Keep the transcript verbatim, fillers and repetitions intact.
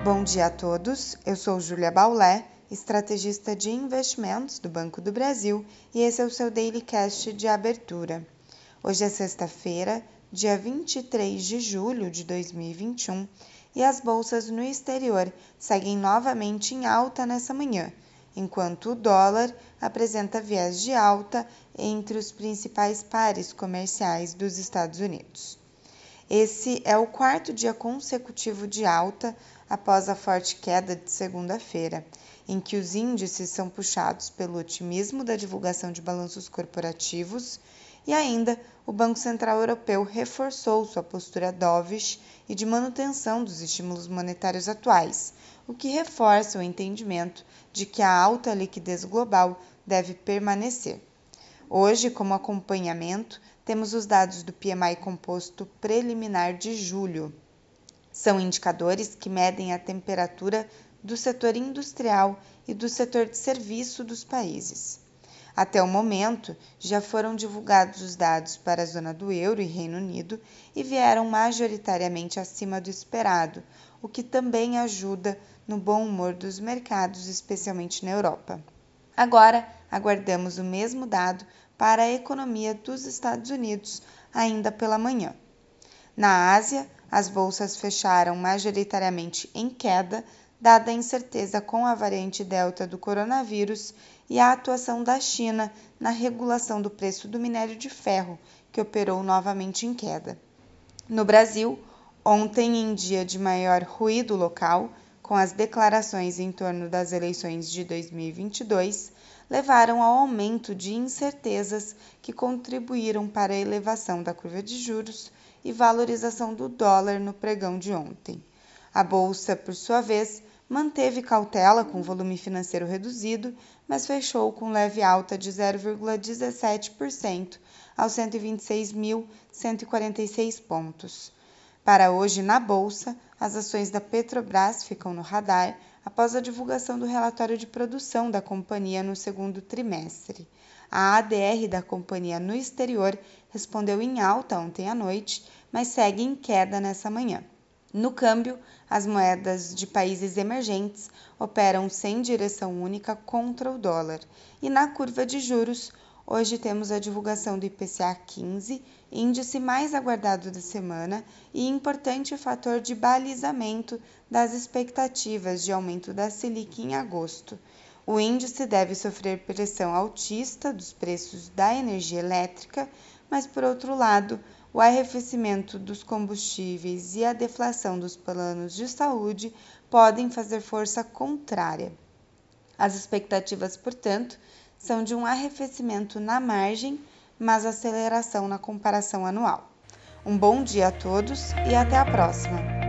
Bom dia a todos, eu sou Júlia Baulé, estrategista de investimentos do Banco do Brasil e esse é o seu Daily Cast de abertura. Hoje é sexta-feira, dia vinte e três de julho de dois mil e vinte e um e as bolsas no exterior seguem novamente em alta nessa manhã, enquanto o dólar apresenta viés de alta entre os principais pares comerciais dos Estados Unidos. Esse é o quarto dia consecutivo de alta após a forte queda de segunda-feira, em que os índices são puxados pelo otimismo da divulgação de balanços corporativos e ainda o Banco Central Europeu reforçou sua postura dovish e de manutenção dos estímulos monetários atuais, o que reforça o entendimento de que a alta liquidez global deve permanecer. Hoje, como acompanhamento, temos os dados do P M I composto preliminar de julho. São indicadores que medem a temperatura do setor industrial e do setor de serviço dos países. Até o momento, já foram divulgados os dados para a zona do euro e Reino Unido e vieram majoritariamente acima do esperado, o que também ajuda no bom humor dos mercados, especialmente na Europa. Agora, aguardamos o mesmo dado para a economia dos Estados Unidos ainda pela manhã. Na Ásia, as bolsas fecharam majoritariamente em queda, dada a incerteza com a variante Delta do coronavírus e a atuação da China na regulação do preço do minério de ferro, que operou novamente em queda. No Brasil, ontem, em dia de maior ruído local, com as declarações em torno das eleições de dois mil e vinte e dois, levaram ao aumento de incertezas que contribuíram para a elevação da curva de juros e valorização do dólar no pregão de ontem. A bolsa, por sua vez, manteve cautela com volume financeiro reduzido, mas fechou com leve alta de zero vírgula dezessete por cento aos cento e vinte e seis mil cento e quarenta e seis pontos. Para hoje, na bolsa, as ações da Petrobras ficam no radar após a divulgação do relatório de produção da companhia no segundo trimestre. A A D R da companhia no exterior respondeu em alta ontem à noite, mas segue em queda nessa manhã. No câmbio, as moedas de países emergentes operam sem direção única contra o dólar. E na curva de juros, hoje temos a divulgação do I P C A quinze, índice mais aguardado da semana e importante fator de balizamento das expectativas de aumento da Selic em agosto. O índice deve sofrer pressão altista dos preços da energia elétrica, mas, por outro lado, o arrefecimento dos combustíveis e a deflação dos planos de saúde podem fazer força contrária. As expectativas, portanto, são de um arrefecimento na margem, mas aceleração na comparação anual. Um bom dia a todos e até a próxima!